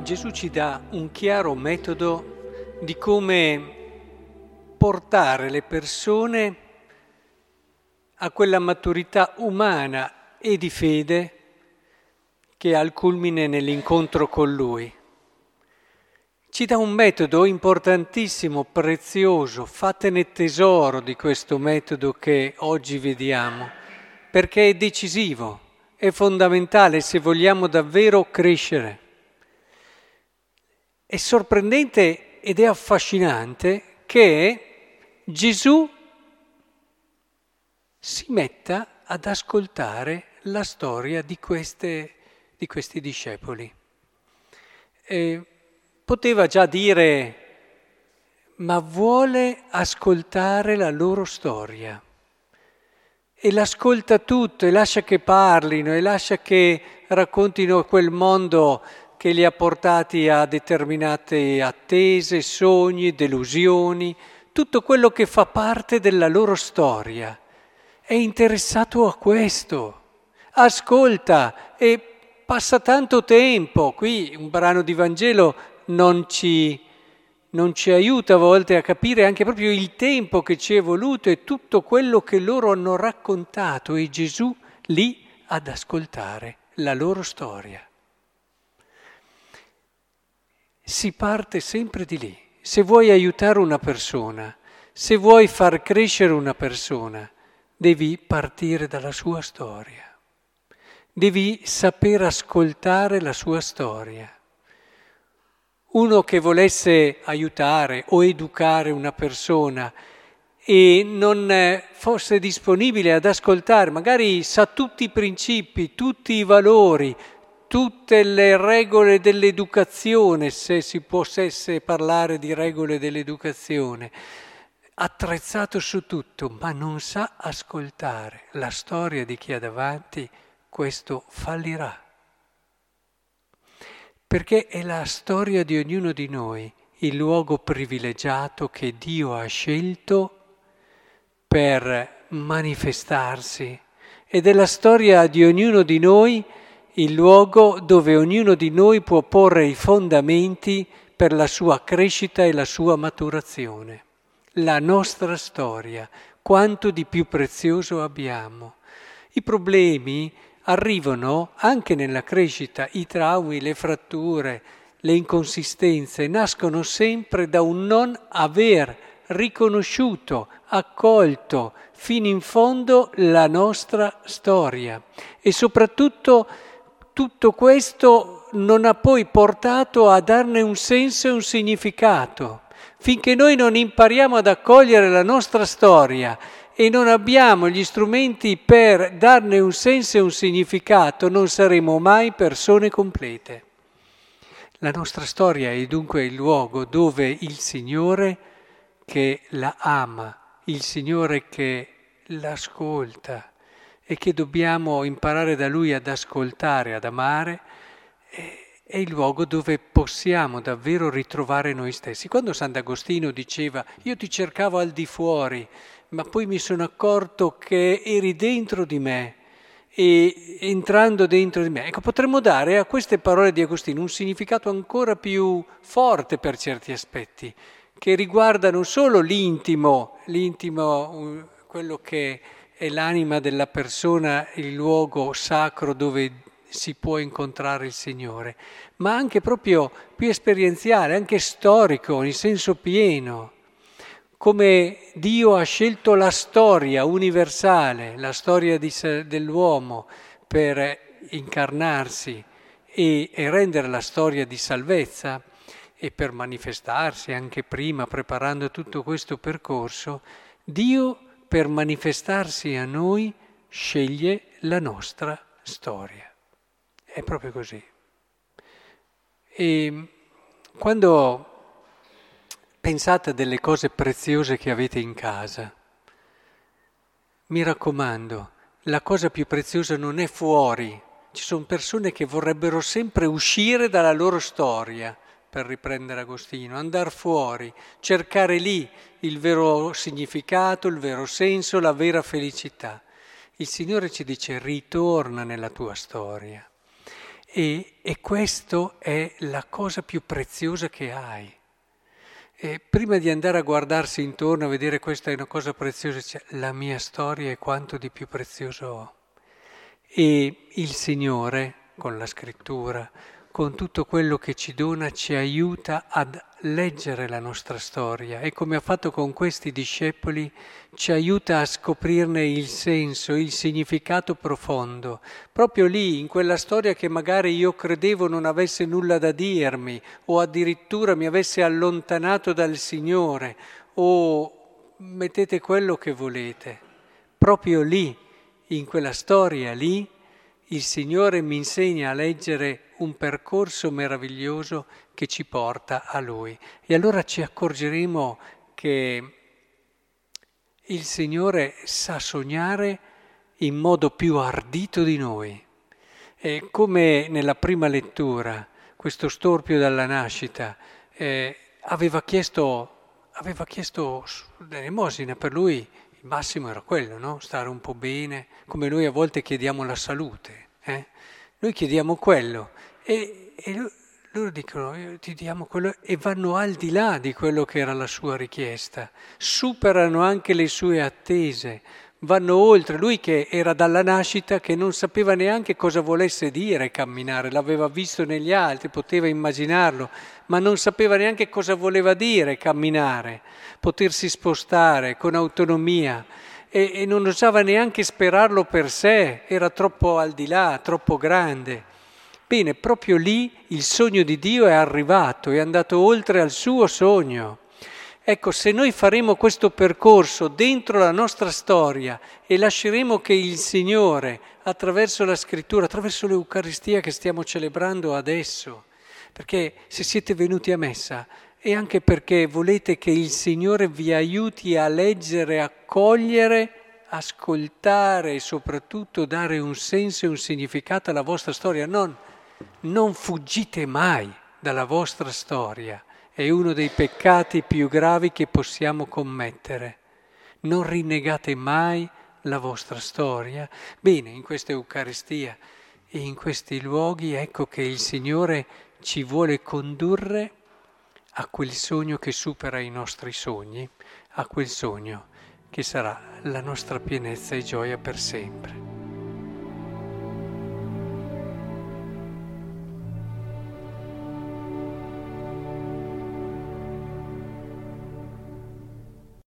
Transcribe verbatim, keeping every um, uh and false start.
Gesù ci dà un chiaro metodo di come portare le persone a quella maturità umana e di fede che ha il culmine nell'incontro con Lui. Ci dà un metodo importantissimo, prezioso, fatene tesoro di questo metodo che oggi vediamo, perché è decisivo, è fondamentale se vogliamo davvero crescere. È sorprendente ed è affascinante che Gesù si metta ad ascoltare la storia di, queste, di questi discepoli. E poteva già dire, ma vuole ascoltare la loro storia. E l'ascolta tutto e lascia che parlino e lascia che raccontino quel mondo che li ha portati a determinate attese, sogni, delusioni, tutto quello che fa parte della loro storia. È interessato a questo, ascolta e passa tanto tempo. Qui un brano di Vangelo non ci, non ci aiuta a volte a capire anche proprio il tempo che ci è voluto e tutto quello che loro hanno raccontato e Gesù lì ad ascoltare la loro storia. Si parte sempre di lì. Se vuoi aiutare una persona, se vuoi far crescere una persona, devi partire dalla sua storia. Devi saper ascoltare la sua storia. Uno che volesse aiutare o educare una persona e non fosse disponibile ad ascoltare, magari sa tutti i principi, tutti i valori, tutte le regole dell'educazione, se si potesse parlare di regole dell'educazione, attrezzato su tutto, ma non sa ascoltare la storia di chi ha davanti, questo fallirà. Perché è la storia di ognuno di noi, il luogo privilegiato che Dio ha scelto per manifestarsi, ed è la storia di ognuno di noi, il luogo dove ognuno di noi può porre i fondamenti per la sua crescita e la sua maturazione. La nostra storia, quanto di più prezioso abbiamo. I problemi arrivano anche nella crescita, i traumi, le fratture, le inconsistenze, nascono sempre da un non aver riconosciuto, accolto fino in fondo la nostra storia. E soprattutto tutto questo non ha poi portato a darne un senso e un significato. Finché noi non impariamo ad accogliere la nostra storia e non abbiamo gli strumenti per darne un senso e un significato, non saremo mai persone complete. La nostra storia è dunque il luogo dove il Signore che la ama, il Signore che l'ascolta e che dobbiamo imparare da Lui ad ascoltare, ad amare, è il luogo dove possiamo davvero ritrovare noi stessi. Quando Sant'Agostino diceva io ti cercavo al di fuori, ma poi mi sono accorto che eri dentro di me e entrando dentro di me. Ecco, potremmo dare a queste parole di Agostino un significato ancora più forte per certi aspetti, che riguarda non solo l'intimo, l'intimo, quello che è l'anima della persona, il luogo sacro dove si può incontrare il Signore, ma anche proprio più esperienziale, anche storico, in senso pieno. Come Dio ha scelto la storia universale, la storia di, dell'uomo per incarnarsi e, e rendere la storia di salvezza e per manifestarsi anche prima, preparando tutto questo percorso, Dio per manifestarsi a noi sceglie la nostra storia. È proprio così. E quando pensate delle cose preziose che avete in casa, mi raccomando, la cosa più preziosa non è fuori. Ci sono persone che vorrebbero sempre uscire dalla loro storia, per riprendere Agostino, andare fuori, cercare lì il vero significato, il vero senso, la vera felicità. Il Signore ci dice ritorna nella tua storia. e, e questo è la cosa più preziosa che hai. E prima di andare a guardarsi intorno, a vedere questa è una cosa preziosa, cioè, la mia storia è quanto di più prezioso ho. E il Signore, con la scrittura, con tutto quello che ci dona, ci aiuta ad leggere la nostra storia e come ha fatto con questi discepoli, ci aiuta a scoprirne il senso, il significato profondo. Proprio lì, in quella storia che magari io credevo non avesse nulla da dirmi o addirittura mi avesse allontanato dal Signore o mettete quello che volete. Proprio lì, in quella storia lì, il Signore mi insegna a leggere un percorso meraviglioso che ci porta a Lui. E allora ci accorgeremo che il Signore sa sognare in modo più ardito di noi. E come nella prima lettura, questo storpio dalla nascita eh, aveva chiesto, aveva chiesto l'elemosina, per lui il massimo era quello, no? Stare un po' bene, come noi a volte chiediamo la salute. Eh? Noi chiediamo quello e, e loro dicono ti diamo quello e vanno al di là di quello che era la sua richiesta, superano anche le sue attese, vanno oltre. Lui che era dalla nascita, che non sapeva neanche cosa volesse dire camminare, l'aveva visto negli altri, poteva immaginarlo, ma non sapeva neanche cosa voleva dire camminare, potersi spostare con autonomia. E, e non osava neanche sperarlo per sé, era troppo al di là, troppo grande. Bene, proprio lì il sogno di Dio è arrivato, è andato oltre al suo sogno. Ecco, se noi faremo questo percorso dentro la nostra storia e lasceremo che il Signore, attraverso la Scrittura, attraverso l'Eucaristia che stiamo celebrando adesso, perché se siete venuti a messa è anche perché volete che il Signore vi aiuti a leggere, a cogliere, ascoltare e soprattutto dare un senso e un significato alla vostra storia. Non, non fuggite mai dalla vostra storia, è uno dei peccati più gravi che possiamo commettere. Non rinnegate mai la vostra storia. Bene, in questa Eucaristia e in questi luoghi ecco che il Signore ci vuole condurre a quel sogno che supera i nostri sogni, a quel sogno che sarà la nostra pienezza e gioia per sempre.